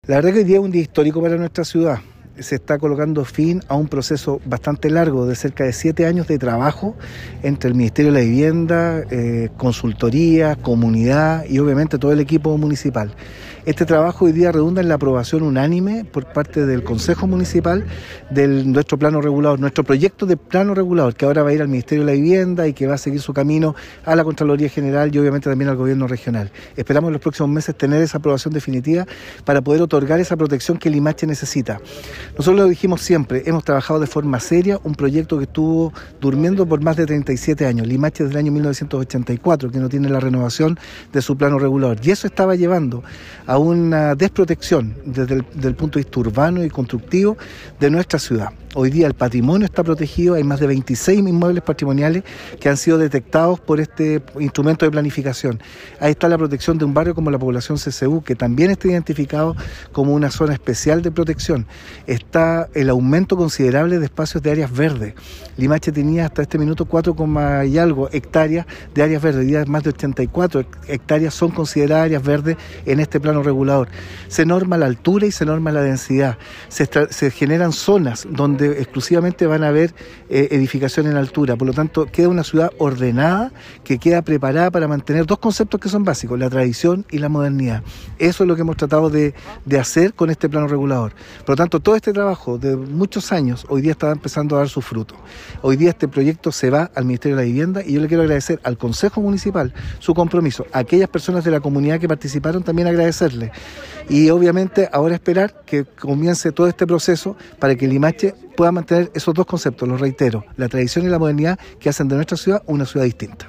La verdad que hoy día es un día histórico para nuestra ciudad. Se está colocando fin a un proceso bastante largo de cerca de 7 años de trabajo entre el Ministerio de la Vivienda, consultoría, comunidad y obviamente todo el equipo municipal. Este trabajo hoy día redunda en la aprobación unánime por parte del Consejo Municipal de nuestro plano regulador, nuestro proyecto de plano regulador, que ahora va a ir al Ministerio de la Vivienda y que va a seguir su camino a la Contraloría General y obviamente también al Gobierno Regional. Esperamos en los próximos meses tener esa aprobación definitiva para poder otorgar esa protección que Limache necesita. Nosotros lo dijimos siempre, hemos trabajado de forma seria un proyecto que estuvo durmiendo por más de 37 años. Limache desde el año 1984, que no tiene la renovación de su plano regulador. Y eso estaba llevando a una desprotección desde el punto de vista urbano y constructivo de nuestra ciudad. Hoy día el patrimonio está protegido, hay más de 26 inmuebles patrimoniales que han sido detectados por este instrumento de planificación. Ahí está la protección de un barrio como la población CCU, que también está identificado como una zona especial de protección. Está el aumento considerable de espacios de áreas verdes. Limache tenía hasta este minuto 4, y algo hectáreas de áreas verdes. Hoy día más de 84 hectáreas son consideradas áreas verdes en este plano regulador. Se norma la altura y se norma la densidad. Se generan zonas donde exclusivamente van a haber edificación en altura. Por lo tanto, queda una ciudad ordenada que queda preparada para mantener dos conceptos que son básicos, la tradición y la modernidad. Eso es lo que hemos tratado de hacer con este plano regulador. Por lo tanto, todo este trabajo de muchos años hoy día está empezando a dar su fruto. Hoy día este proyecto se va al Ministerio de la Vivienda y yo le quiero agradecer al Consejo Municipal su compromiso. A aquellas personas de la comunidad que participaron también agradecerles. Y obviamente ahora esperar que comience todo este proceso para que Limache pueda mantener esos dos conceptos, los reitero, la tradición y la modernidad que hacen de nuestra ciudad una ciudad distinta.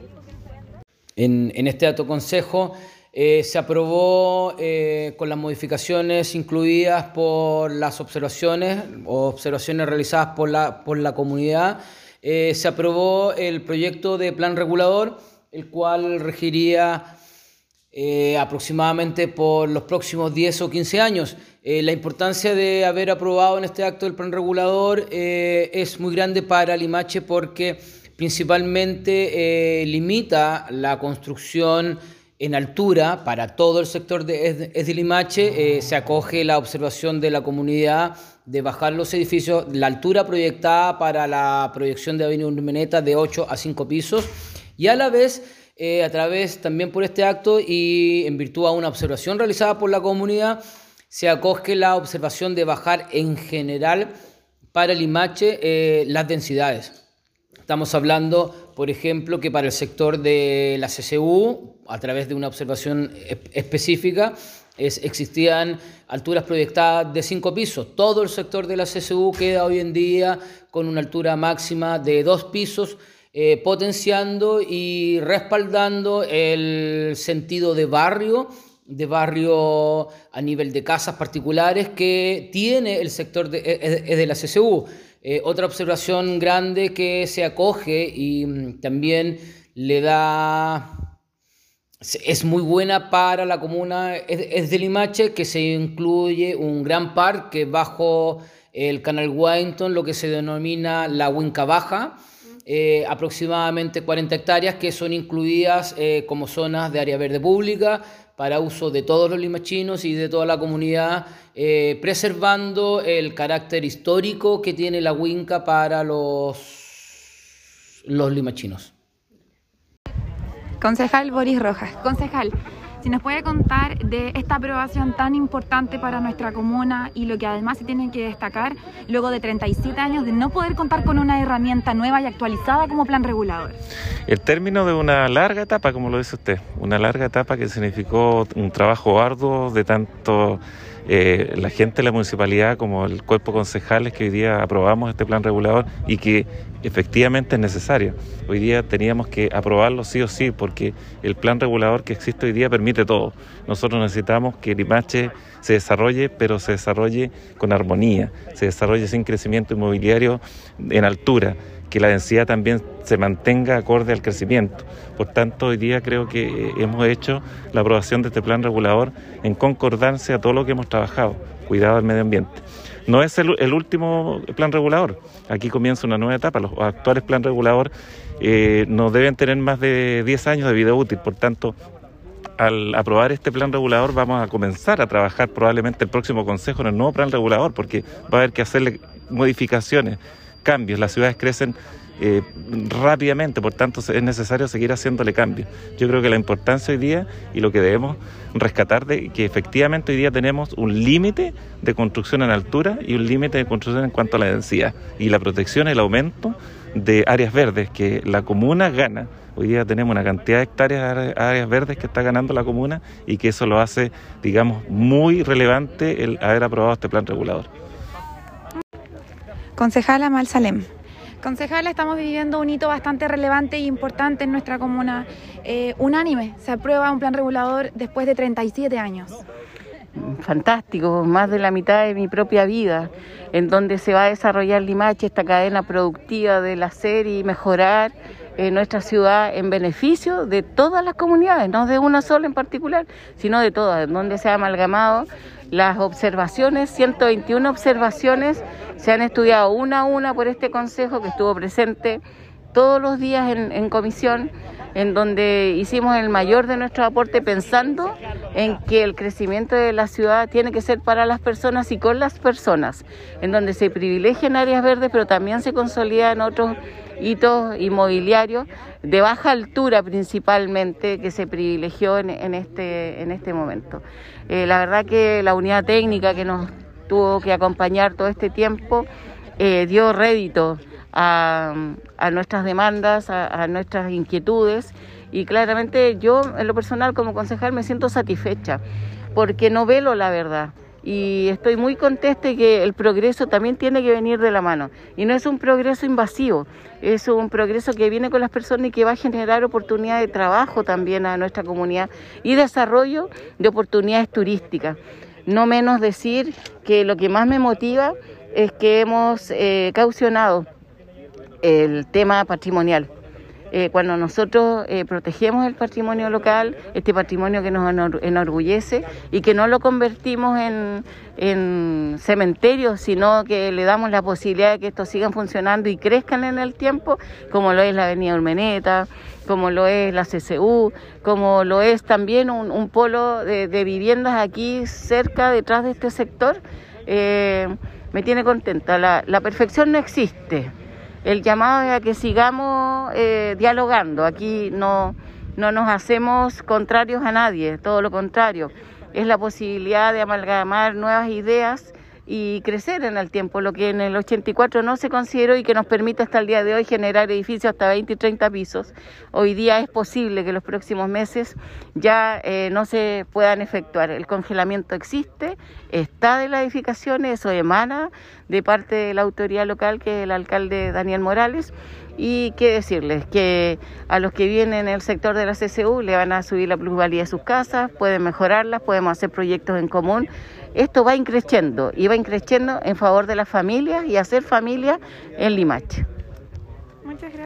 En este alto consejo se aprobó con las modificaciones incluidas por las observaciones realizadas por la comunidad. Se aprobó el proyecto de plan regulador, el cual regiría aproximadamente por los próximos 10 o 15 años. La importancia de haber aprobado en este acto el plan regulador es muy grande para Limache porque principalmente limita la construcción en altura para todo el sector de Limache. Se acoge la observación de la comunidad de bajar los edificios, la altura proyectada para la proyección de Avenida Urmeneta de 8 a 5 pisos y a la vez a través también por este acto y en virtud a una observación realizada por la comunidad se acoge la observación de bajar en general para Limache las densidades. Estamos hablando, por ejemplo, que para el sector de la CCU, a través de una observación específica, existían alturas proyectadas de 5 pisos. Todo el sector de la CCU queda hoy en día con una altura máxima de 2 pisos, potenciando y respaldando el sentido de barrio a nivel de casas particulares que tiene el sector de la CCU. Otra observación grande que se acoge y también es muy buena para la comuna es de Limache, que se incluye un gran parque bajo el canal Wellington, lo que se denomina la Huinca Baja, aproximadamente 40 hectáreas que son incluidas como zonas de área verde pública para uso de todos los limachinos y de toda la comunidad, preservando el carácter histórico que tiene la Huinca para los limachinos. Concejal Boris Rojas. Concejal, si nos puede contar de esta aprobación tan importante para nuestra comuna y lo que además se tiene que destacar luego de 37 años de no poder contar con una herramienta nueva y actualizada como plan regulador. El término de una larga etapa, como lo dice usted, una larga etapa que significó un trabajo arduo de tanto la gente de la municipalidad como el cuerpo de concejales que hoy día aprobamos este plan regulador y que efectivamente es necesario. Hoy día teníamos que aprobarlo sí o sí porque el plan regulador que existe hoy día permite todo. Nosotros necesitamos que Limache se desarrolle, pero se desarrolle con armonía, se desarrolle sin crecimiento inmobiliario en altura, que la densidad también se mantenga acorde al crecimiento. Por tanto, hoy día creo que hemos hecho la aprobación de este plan regulador en concordancia a todo lo que hemos trabajado, cuidado del medio ambiente. No es el último plan regulador, aquí comienza una nueva etapa. Los actuales plan regulador no deben tener más de 10 años de vida útil, por tanto, al aprobar este plan regulador vamos a comenzar a trabajar probablemente el próximo consejo en el nuevo plan regulador, porque va a haber que hacerle modificaciones, cambios. Las ciudades crecen rápidamente, por tanto es necesario seguir haciéndole cambios. Yo creo que la importancia hoy día y lo que debemos rescatar de que efectivamente hoy día tenemos un límite de construcción en altura y un límite de construcción en cuanto a la densidad y la protección y el aumento de áreas verdes que la comuna gana. Hoy día tenemos una cantidad de hectáreas de áreas verdes que está ganando la comuna y que eso lo hace, digamos, muy relevante el haber aprobado este plan regulador. Concejala Amal Salem. Concejala, estamos viviendo un hito bastante relevante e importante en nuestra comuna. Unánime, se aprueba un plan regulador después de 37 años. Fantástico, más de la mitad de mi propia vida, en donde se va a desarrollar Limache, esta cadena productiva del hacer y mejorar nuestra ciudad en beneficio de todas las comunidades, no de una sola en particular, sino de todas, en donde se ha amalgamado las observaciones, 121 observaciones, se han estudiado una a una por este consejo que estuvo presente todos los días en comisión, en donde hicimos el mayor de nuestro aporte pensando en que el crecimiento de la ciudad tiene que ser para las personas y con las personas, en donde se privilegian áreas verdes, pero también se consolidan otros hitos inmobiliarios de baja altura principalmente que se privilegió en este momento. La verdad que la unidad técnica que nos tuvo que acompañar todo este tiempo dio rédito a nuestras demandas, a nuestras inquietudes, y claramente yo en lo personal como concejal me siento satisfecha porque no velo la verdad. Y estoy muy contenta de que el progreso también tiene que venir de la mano. Y no es un progreso invasivo, es un progreso que viene con las personas y que va a generar oportunidades de trabajo también a nuestra comunidad y desarrollo de oportunidades turísticas. No menos decir que lo que más me motiva es que hemos caucionado el tema patrimonial. Cuando nosotros protegemos el patrimonio local, este patrimonio que nos enorgullece y que no lo convertimos en cementerios, sino que le damos la posibilidad de que estos sigan funcionando y crezcan en el tiempo, como lo es la Avenida Urmeneta, como lo es la CCU, como lo es también un polo de viviendas aquí cerca, detrás de este sector, me tiene contenta. La perfección no existe. El llamado es a que sigamos dialogando. Aquí no nos hacemos contrarios a nadie, todo lo contrario. Es la posibilidad de amalgamar nuevas ideas y crecer en el tiempo, lo que en el 84 no se consideró y que nos permite hasta el día de hoy generar edificios hasta 20 y 30 pisos. Hoy día es posible que los próximos meses ya no se puedan efectuar. El congelamiento existe, está de las edificaciones, eso emana de parte de la autoridad local, que es el alcalde Daniel Morales. Y qué decirles, que a los que viven en el sector de la CCU le van a subir la plusvalía de sus casas, pueden mejorarlas, podemos hacer proyectos en común. Esto va increciendo y va increciendo en favor de las familias y hacer familia en Limache. Muchas gracias.